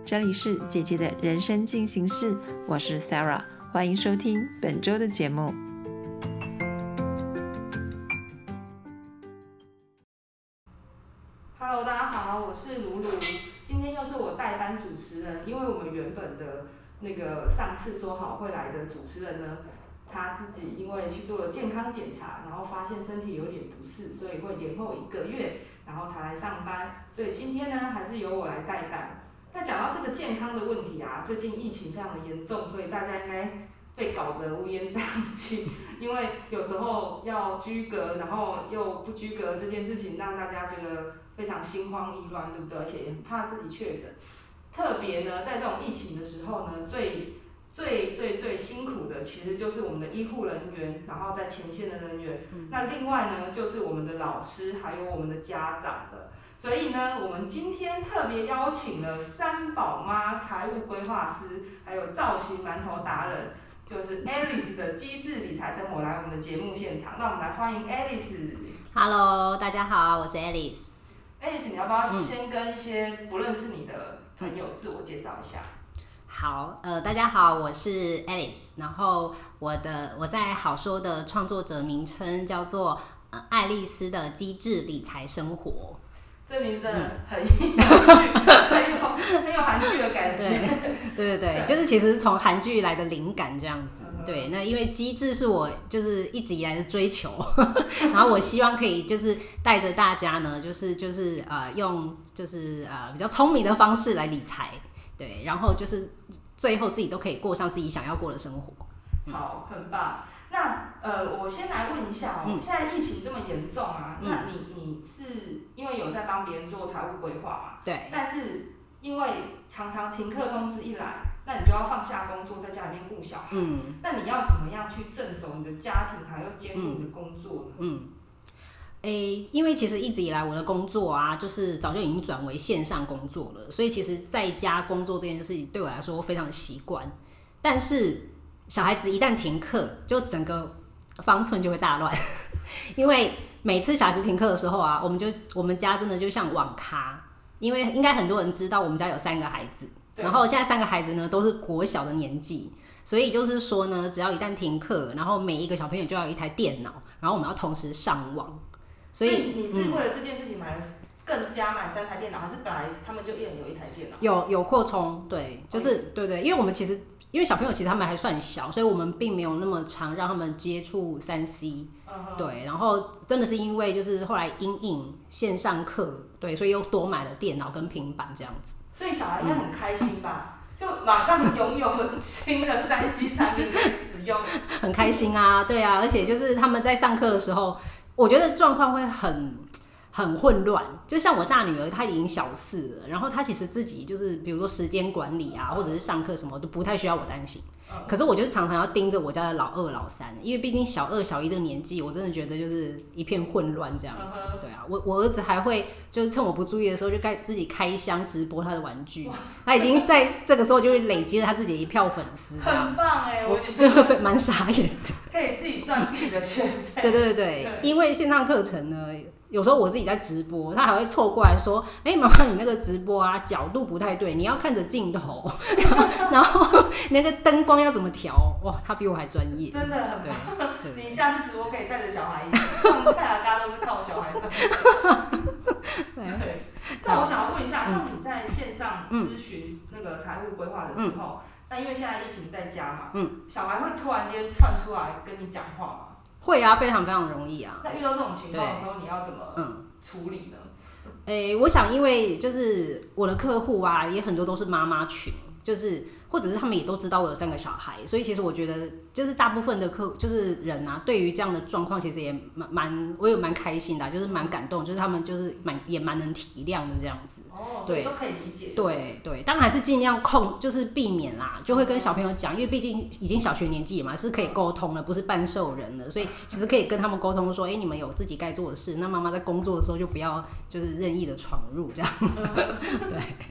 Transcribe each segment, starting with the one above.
这里是姐姐的人生进行式，我是 Sarah， 欢迎收听本周的节目。 Hello， 大家好，我是卢卢，今天又是我代班主持人，因为我们原本的那个上次说好会来的主持人呢，他自己因为去做了健康检查，然后发现身体有点不适，所以会延后1个月，然后才来上班，所以今天呢还是由我来代班。那讲到这个健康的问题啊，最近疫情非常的严重，所以大家应该被搞得乌烟瘴气，因为有时候要居隔，然后又不居隔这件事情，让大家觉得非常心慌意乱，对不对？而且也很怕自己确诊。特别呢，在这种疫情的时候呢，最辛苦的其实就是我们的医护人员，然后在前线的人员。那另外呢，就是我们的老师，还有我们的家长的。所以呢，我们今天特别邀请了三宝妈、财务规划师，还有造型馒头达人，就是 Alice 的机智理财生活来我们的节目现场。那我们来欢迎 Alice。Hello， 大家好，我是 Alice。 Alice， 你要不要先跟一些不认识你的朋友自我介绍一下？ 好，大家好，我是 Alice， 然后我在好说的创作者名称叫做爱丽丝的机智理财生活。 这名字真的很有韩剧的感觉。 对，就是其实从韩剧来的灵感这样子。对，那因为机智是我就是一直以来的追求，然后我希望可以就是带着大家呢，用比较聪明的方式来理财，对，然后就是最后自己都可以过上自己想要过的生活。 好，很棒。那我先来问一下现在疫情这么严重啊，那你是因为有在帮别人做财务规划嘛？ 对。 但是因为常常停课通知一来，那你就要放下工作，在家里面顾小孩。那你要怎么样去镇守你的家庭，还要兼顾你的工作呢？ 因为其实一直以来我的工作啊，就是早就已经转为线上工作了，所以其实在家工作这件事情对我来说非常的习惯。但是小孩子一旦停课，就整个方寸就会大乱，因为每次小孩子停课的时候啊，我们家真的就像网咖，因为应该很多人知道我们家有3个孩子，然后现在3个孩子呢都是国小的年纪，所以就是说呢，只要一旦停课，然后每一个小朋友就要有一台电脑，然后我们要同时上网，所以你是为了这件事情更加买3台电脑，还是本来他们就一人有1台电脑？ 有扩充，对，就是对，因为小朋友其实他们还算小，所以我们并没有那么常让他们接触3C，对，然后真的是因为就是后来因应线上课，对，所以又多买了电脑跟平板这样子。 所以小孩应该很开心吧？就马上拥有了新的3C 产品可以使用， 很开心啊，对啊，而且就是他们在上课的时候，我觉得状况会很混乱，就像我大女儿她已经小4了，然后她其实自己就是比如说时间管理啊，或者是上课什么都不太需要我担心，可是我就是常常要盯着我家的老2、老3，因为毕竟小2、小1这个年纪，我真的觉得就是一片混乱这样子。对啊，我儿子还会就是趁我不注意的时候就自己开箱直播他的玩具，他已经在这个时候就会累积了他自己的一票粉丝，这样很棒哎， 我就会蛮傻眼的， 可以自己赚自己的学费。 对，因为线上课程呢。有时候我自己在直播，他还会凑过来说：“妈妈，你那个直播啊，角度不太对，你要看着镜头，然后那个灯光要怎么调？哇，他比我还专业， 真的很棒。你下次直播可以带着小孩一起，像蔡阿嘎都是靠小孩赚。对。那我想要问一下，像你在线上咨询那个财务规划的时候，那因为现在疫情在家嘛，小孩会突然间窜出来跟你讲话吗？ 会啊，非常非常容易啊。 那遇到这种情况的时候，你要怎么处理呢？ 我想因为就是我的客户啊，也很多都是妈妈群，就是或者是他们也都知道我有3个小孩，所以其实我觉得就是大部分的就是人啊，对于这样的状况其实也我也蛮开心的就是蛮感动，就是他们就是也蛮能体谅的这样子。 所以都可以理解。 对，当然还是尽量就是避免啦，就会跟小朋友讲，因为毕竟已经小学年纪嘛，是可以沟通了，不是半兽人了，所以其实可以跟他们沟通说，你们有自己该做的事，那妈妈在工作的时候就不要就是任意的闯入这样。对。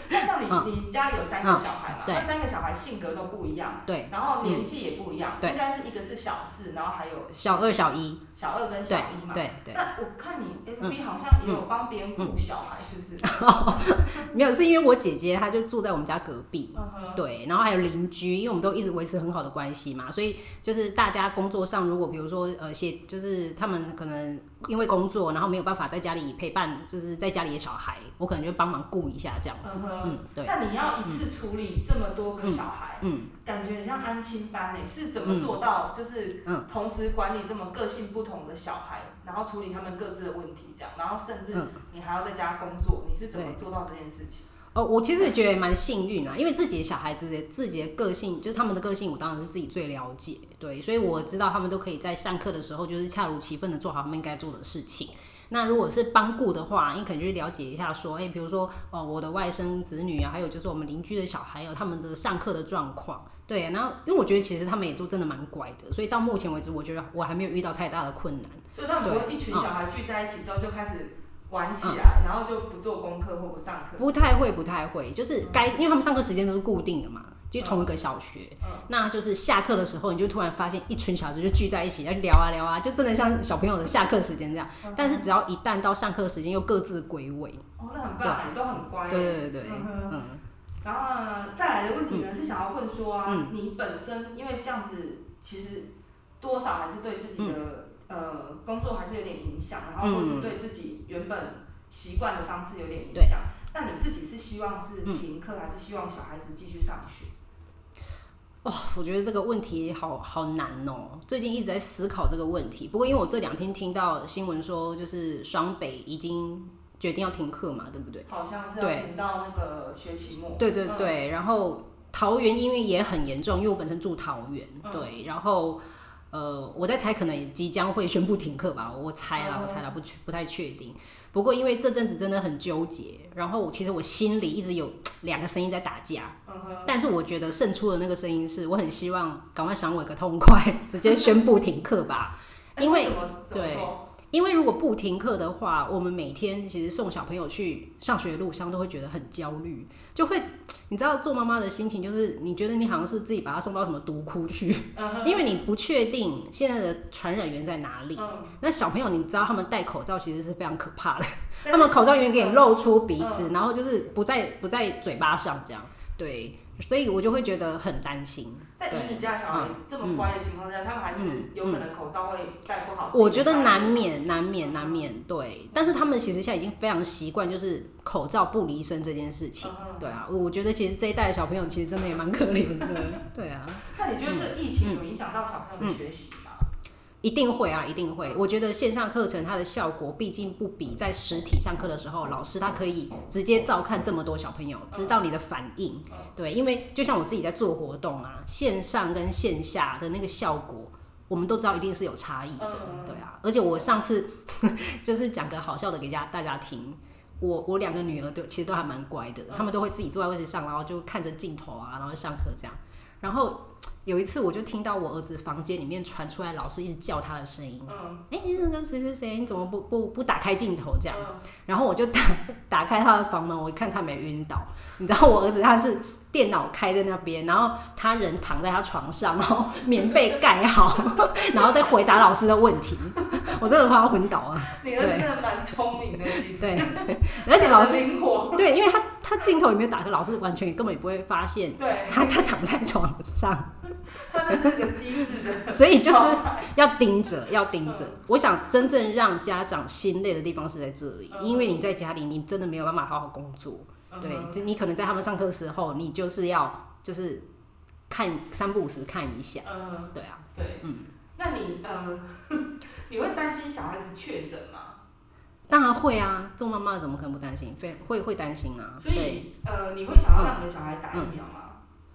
那像你家里有3个小孩嘛？ 对， 那3个小孩性格都不一样， 对， 然后年纪也不一样， 对， 应该是一个是小4，然后还有小2、小1， 小2跟小1嘛。 对。 那我看你 FB 好像也有帮别人顾小孩，是不是？ 没有，是因为我姐姐她就住在我们家隔壁，对，然后还有邻居，因为我们都一直维持很好的关系嘛，所以就是大家工作上，如果比如说就是他们可能因为工作，然后没有办法在家里陪伴，就是在家里的小孩，我可能就帮忙顾一下这样子。对。 那你要一次处理这么多个小孩，感觉很像安亲班诶，是怎么做到就是同时管理这么个性不同的小孩，然后处理他们各自的问题这样，然后甚至你还要在家工作，你是怎么做到这件事情？ 我其实也觉得蛮幸运啊，因为自己的小孩子自己的个性，就是他们的个性，我当然是自己最了解，对，所以我知道他们都可以在上课的时候，就是恰如其分的做好他们应该做的事情。那如果是帮顾的话，你可能就了解一下说，比如说我的外甥子女啊，还有就是我们邻居的小孩，有他们的上课的状况，对，然后因为我觉得其实他们也都真的蛮乖的，所以到目前为止，我觉得我还没有遇到太大的困难。 所以他们不会一群小孩聚在一起之后就开始玩起来，然后就不做功课或不上课。 不太会，就是因为他们上课时间都是固定的嘛，就是同一个小学，那就是下课的时候，你就突然发现一群小孩就聚在一起，要聊啊，就真的像小朋友的下课时间这样。但是只要一旦到上课时间，又各自归位。 那很棒，你都很乖。 对。 然后呢，再来的问题呢是想要问说啊，你本身因为这样子，其实多少还是对自己的工作还是有点影响，然后或是对自己原本习惯的方式有点影响。那你自己是希望是停课，还是希望小孩子继续上学？ 我觉得这个问题好难哦。最近一直在思考这个问题。不过因为我这2天听到新闻说，就是双北已经决定要停课嘛，对不对？ 好像是要停到那个学期末。 对。然后桃园因为也很严重，因为我本身住桃园，对。然后我在猜，可能也即将会宣布停课吧，我猜啦，不太确定。不过因为这阵子真的很纠结，然后其实我心里一直有2个声音在打架，但是我觉得胜出的那个声音是，我很希望赶快赏我一个痛快，直接宣布停课吧。因为对，因为如果不停课的话，我们每天其实送小朋友去上学的路上都会觉得很焦虑，就会你知道做妈妈的心情就是你觉得你好像是自己把他送到什么毒窟去，因为你不确定现在的传染源在哪里。那小朋友你知道他们戴口罩其实是非常可怕的，他们口罩永远给你露出鼻子，然后就是不在嘴巴上这样，对，所以我就会觉得很担心。 但以你家小孩这么乖的情况下，他们还是有可能口罩会戴不好。 我觉得难免，对。但是他们其实现在已经非常习惯，就是口罩不离身这件事情。对啊，我觉得其实这一代的小朋友其实真的也蛮可怜的。对啊。 那你觉得这疫情有影响到小朋友的学习吗？ 一定会啊，一定会。我觉得线上课程它的效果毕竟不比在实体上课的时候，老师他可以直接照看这么多小朋友，知道你的反应。对，因为就像我自己在做活动啊，线上跟线下的那个效果，我们都知道一定是有差异的。对啊，而且我上次就是讲个好笑的给大家听。我2个女儿其实都还蛮乖的，她们都会自己坐在位置上，然后就看着镜头啊，然后上课这样。然后有一次我就听到我儿子房间里面传出来老师一直叫他的声音，那个谁你怎么不打开镜头这样？然后我就打开他的房门，我一看他没晕倒。你知道我儿子他是电脑开在那边，然后他人躺在他床上，然后棉被盖好，然后再回答老师的问题。我真的快要昏倒了。 你儿子真的蛮聪明的，其实。对， 而且老师对，因为他镜头也没有打开，老师完全根本也不会发现他躺在床上。 他是个机智的， 所以就是要盯着。我想真正让家长心累的地方是在这里，因为你在家里，你真的没有办法好好工作。对，你可能在他们上课的时候，你就是要看3不5时看一下。对啊， 对，那你会担心小孩子确诊吗？ 当然会啊，做妈妈怎么可能不担心？会担心啊。 所以你会想要让你的小孩打疫苗吗？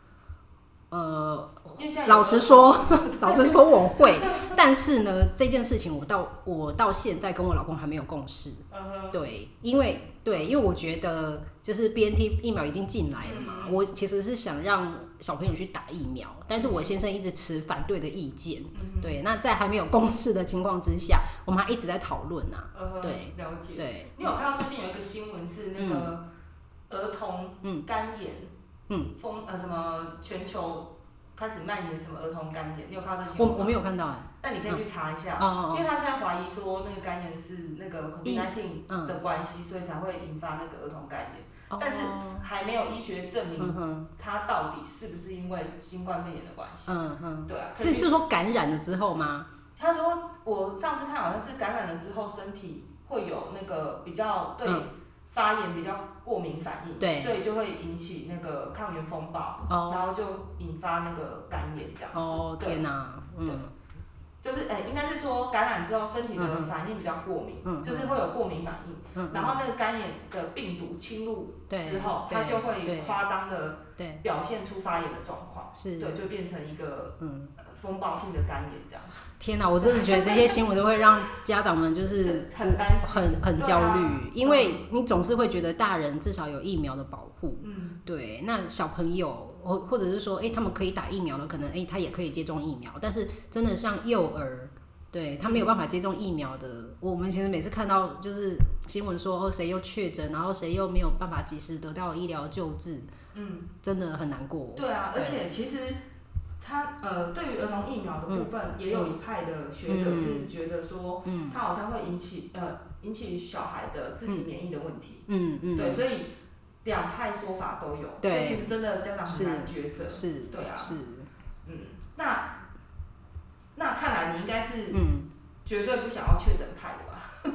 老实说我会，但是呢，这件事情我到现在跟我老公还没有共识。对，因为我觉得就是 BNT 疫苗已经进来了嘛，我其实是想让小朋友去打疫苗，但是我先生一直持反对的意见。对，那在还没有共识的情况之下，我们还一直在讨论啊。对， 了解。 对， 你有看到最近有一个新闻是那个儿童肝炎，什么全球开始蔓延什么儿童肝炎，你有看到这新闻吗？ 我没有看到哎。 那你可以去查一下，因为他现在怀疑说那个肝炎是那个 COVID-19 的关系，所以才会引发那个儿童肝炎。但是还没有医学证明它到底是不是因为新冠肺炎的关系。对啊。是说感染了之后吗？ 他说我上次看好像是感染了之后身体会有那个比较对发炎比较过敏反应，所以就会引起那个抗原风暴，然后就引发那个肝炎这样子。 天哪， 就是应该是说感染之后身体的反应比较过敏，就是会有过敏反应，然后那个肝炎的病毒侵入之后，它就会夸张的表现出发炎的状况，对，就变成一个风暴性的肝炎这样。 天哪，我真的觉得这些新闻都会让家长们就是很担心， 很焦虑，因为你总是会觉得大人至少有疫苗的保护，对，那小朋友。或者是说，他们可以打疫苗的，可能他也可以接种疫苗，但是真的像幼儿，对他没有办法接种疫苗的，我们其实每次看到就是新闻说谁又确诊，然后谁又没有办法及时得到医疗救治，真的很难过。 对啊，而且其实他对于儿童疫苗的部分，也有一派的学者是觉得说，他好像会引起小孩的自体免疫的问题，对，所以。两派说法都有，所以其实真的家长很难抉择。对啊，那看来你应该是绝对不想要确诊派的吧？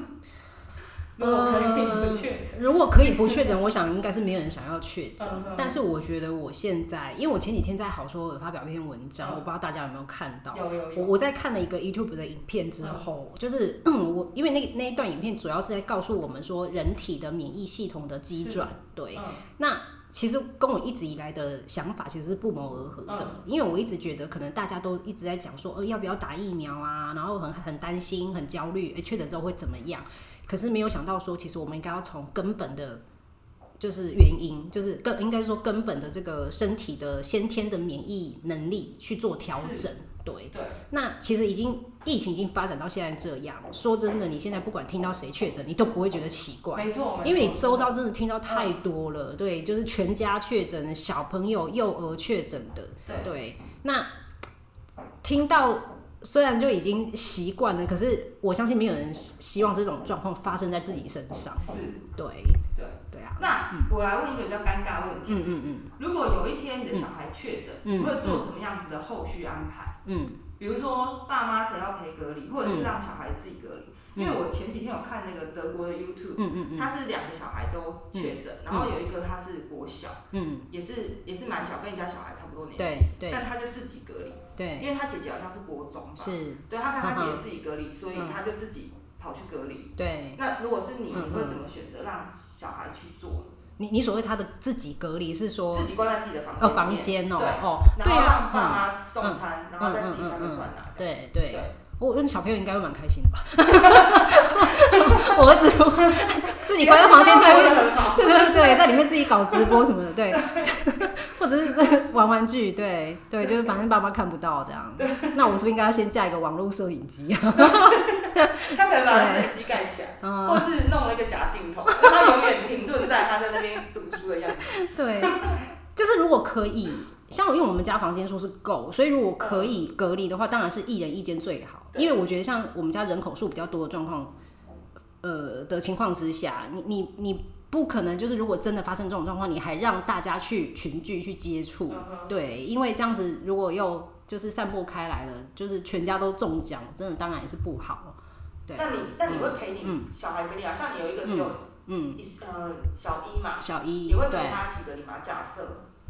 如果可以不确诊，我想应该是没有人想要确诊。但是我觉得我现在，因为我前几天在好说有发表一篇文章，我不知道大家有没有看到。我在看了一个 YouTube 的影片之后，就是我因为那一段影片主要是在告诉我们说人体的免疫系统的机转，对，那。其实跟我一直以来的想法其实是不谋而合的，因为我一直觉得可能大家都一直在讲说，要不要打疫苗啊，然后很担心、很焦虑，确诊之后会怎么样？可是没有想到说，其实我们应该要从根本的，就是原因，就是应该说根本的这个身体的先天的免疫能力去做调整。对，那其实疫情已经发展到现在这样，说真的，你现在不管听到谁确诊，你都不会觉得奇怪， 没错， 因为你周遭真的听到太多了，对，就是全家确诊，小朋友、幼儿确诊的，对，那听到虽然就已经习惯了，可是我相信没有人希望这种状况发生在自己身上，对啊。 那我来问一个比较尴尬的问题，如果有一天你的小孩确诊，你会做什么样子的后续安排？比如说爸妈谁要陪隔离，或者是让小孩自己隔离。因为我前几天有看那个德国的 YouTube，他是2个小孩都确诊，然后有一个他是国小，也是蛮小，跟人家小孩差不多年纪，但他就自己隔离，因为他姐姐好像是国中吧，对，他看他姐姐自己隔离，所以他就自己跑去隔离。对，那如果是你会怎么选择让小孩去做呢？ 你所谓他的自己隔离是说自己关在自己的房间哦， 对，然后让爸妈送餐，然后再自己开门出来拿。对。 我跟小朋友应该会蛮开心的吧？我儿子自己关在房间，他会对，在里面自己搞直播什么的，对，或者是玩玩具，对，就是反正爸妈看不到这样。那我是不是应该要先架一个网络摄影机啊？ 他可能把摄影机盖起来，或是弄了一个假镜头，他永远停顿在他在那边读书的样子。 对，就是如果可以。像因为我们家房间数是够，所以如果可以隔离的话，当然是1人1间最好。因为我觉得像我们家人口数比较多的状况，的情况之下，你不可能就是如果真的发生这种状况，你还让大家去群聚去接触，对，因为这样子如果又就是散播开来了，就是全家都中奖，真的当然也是不好。对， 那你会陪你小孩隔离啊？像你有一个只有小一嘛， 你会陪他一起隔离吗？假设。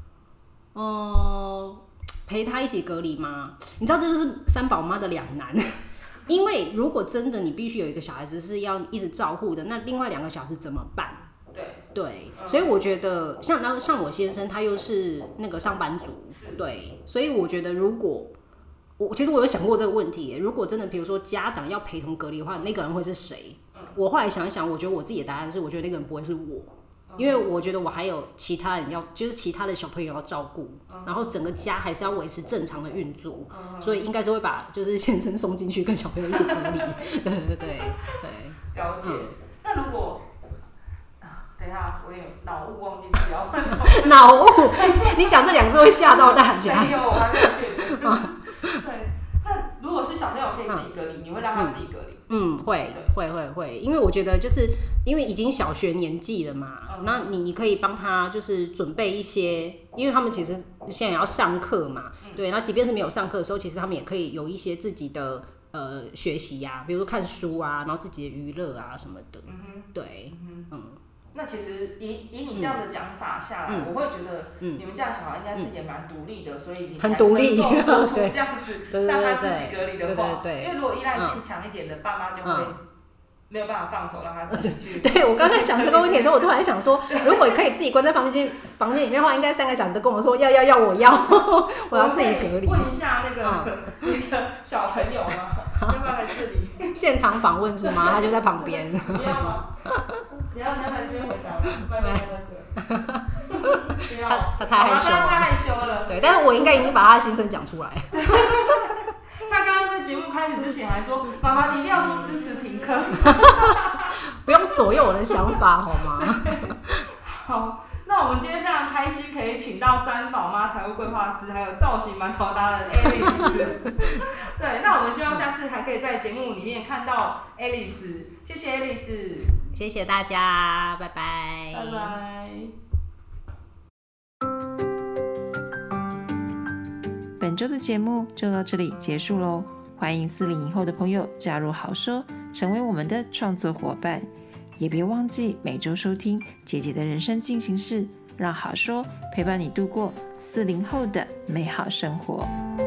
陪他一起隔离吗？你知道这就是三宝妈的两难，因为如果真的你必须有一个小孩子是要一直照顾的，那另外2个小时怎么办？对，所以我觉得像我先生他又是那个上班族，对，所以我觉得如果其实我有想过这个问题，如果真的比如说家长要陪同隔离的话，那个人会是谁？我后来想一想，我觉得我自己的答案是，我觉得那个人不会是我。因为我觉得我还有其他人就是其他的小朋友要照顾，然后整个家还是要维持正常的运作，所以应该是会把就是先生送进去跟小朋友一起隔离。对。 了解。那如果等等一下，我有脑雾，忘记不要换什么。 脑雾，你讲这2个字会吓到大家。 没有，我还没有确诊。对，那如果是小朋友可以自己隔离，你会让他自己隔离？ 会，因为我觉得就是因为已经小学年纪了嘛，那你可以帮他就是准备一些，因为他们其实现在也要上课嘛，对，那即便是没有上课的时候，其实他们也可以有一些自己的学习呀，比如说看书啊，然后自己的娱乐啊什么的，对， 那其实以你这样的讲法下来，我会觉得你们家的小孩应该是也蛮独立的，所以你很独立， 说出这样子让他自己隔离的话， 对， 因为如果依赖性强一点的爸妈就会没有办法放手让他自己去。 对，我刚才想这个问题的时候，我突然想说，如果可以自己关在房间里面的话，应该3个小时都跟我说要我要我要自己隔离。 问一下那个小朋友吗？要不要来这里？ 现场访问是吗？他就在旁边。 你要吗？你要来这边回答吗？拜托不要。 他太害羞了。 太害羞了。 对，但是我应该已经把他的心声讲出来。 他刚刚在节目开始之前还说：“妈妈，你一定要说支持停课。” 不用左右我的想法好吗？ 好，那我们今天非常开心，可以请到3宝妈财务规划师，还有造型馒头达人 Alice。对，那我们希望下次还可以在节目里面看到 Alice。谢谢 Alice， 谢谢大家，拜拜， 拜拜。 本周的节目就到这里结束喽，欢迎40以后的朋友加入好说，成为我们的创作伙伴，也别忘记每周收听姐姐的人生进行式，让好说陪伴你度过40后的美好生活。